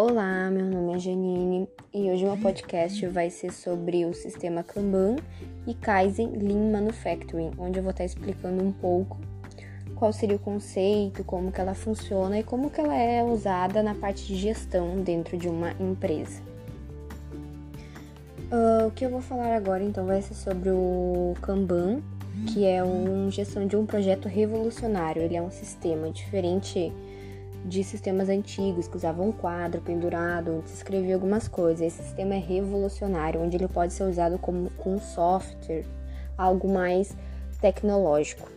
Olá, meu nome é Janine e hoje meu podcast vai ser sobre o sistema Kanban e Kaizen Lean Manufacturing, onde eu vou estar explicando um pouco qual seria o conceito, como que ela funciona e como que ela é usada na parte de gestão dentro de uma empresa. O que eu vou falar agora então vai ser sobre o Kanban, que é uma gestão de um projeto revolucionário. Ele é um sistema diferente de sistemas antigos que usavam um quadro pendurado, onde se escrevia algumas coisas. Esse sistema é revolucionário, onde ele pode ser usado com software, algo mais tecnológico.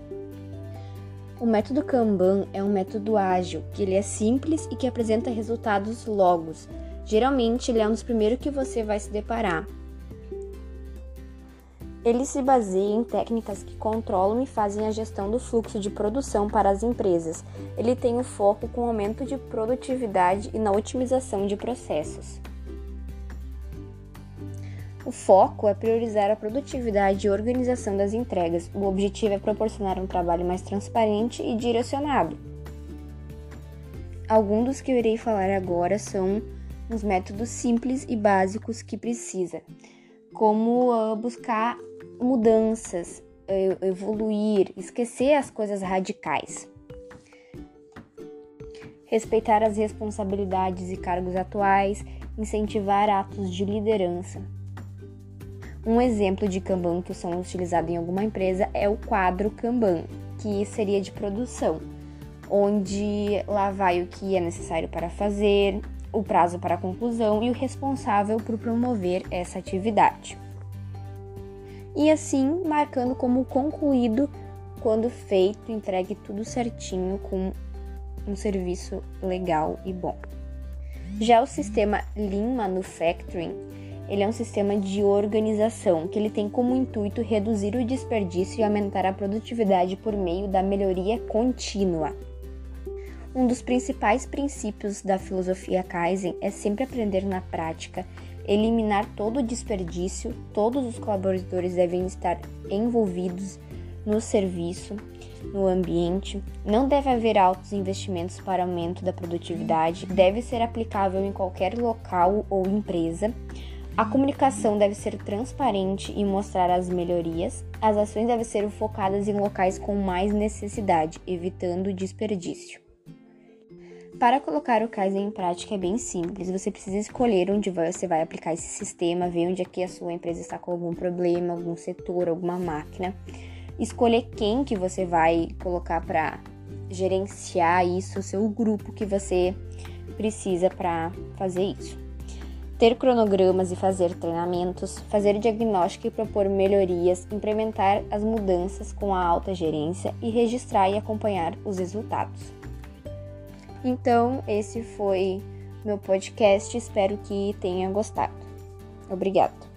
O método Kanban é um método ágil, que ele é simples e que apresenta resultados logo. Geralmente, ele é um dos primeiros que você vai se deparar. Ele se baseia em técnicas que controlam e fazem a gestão do fluxo de produção para as empresas. Ele tem o foco com o aumento de produtividade e na otimização de processos. O foco é priorizar a produtividade e organização das entregas. O objetivo é proporcionar um trabalho mais transparente e direcionado. Alguns dos que eu irei falar agora são os métodos simples e básicos que precisa, como buscar mudanças, evoluir, esquecer as coisas radicais, respeitar as responsabilidades e cargos atuais, incentivar atos de liderança. Um exemplo de Kanban que são utilizados em alguma empresa é o quadro Kanban, que seria de produção, onde lá vai o que é necessário para fazer, o prazo para a conclusão e o responsável por promover essa atividade. E assim, marcando como concluído quando feito, entregue tudo certinho com um serviço legal e bom. Já o sistema Lean Manufacturing, ele é um sistema de organização que ele tem como intuito reduzir o desperdício e aumentar a produtividade por meio da melhoria contínua. Um dos principais princípios da filosofia Kaizen é sempre aprender na prática, eliminar todo o desperdício. Todos os colaboradores devem estar envolvidos no serviço, no ambiente. Não deve haver altos investimentos para aumento da produtividade. Deve ser aplicável em qualquer local ou empresa. A comunicação deve ser transparente e mostrar as melhorias. As ações devem ser focadas em locais com mais necessidade, evitando desperdício. Para colocar o Kaizen em prática é bem simples, você precisa escolher onde você vai aplicar esse sistema, ver onde aqui a sua empresa está com algum problema, algum setor, alguma máquina, escolher quem que você vai colocar para gerenciar isso, o seu grupo que você precisa para fazer isso. Ter cronogramas e fazer treinamentos, fazer diagnóstico e propor melhorias, implementar as mudanças com a alta gerência e registrar e acompanhar os resultados. Então, esse foi meu podcast, espero que tenha gostado. Obrigada.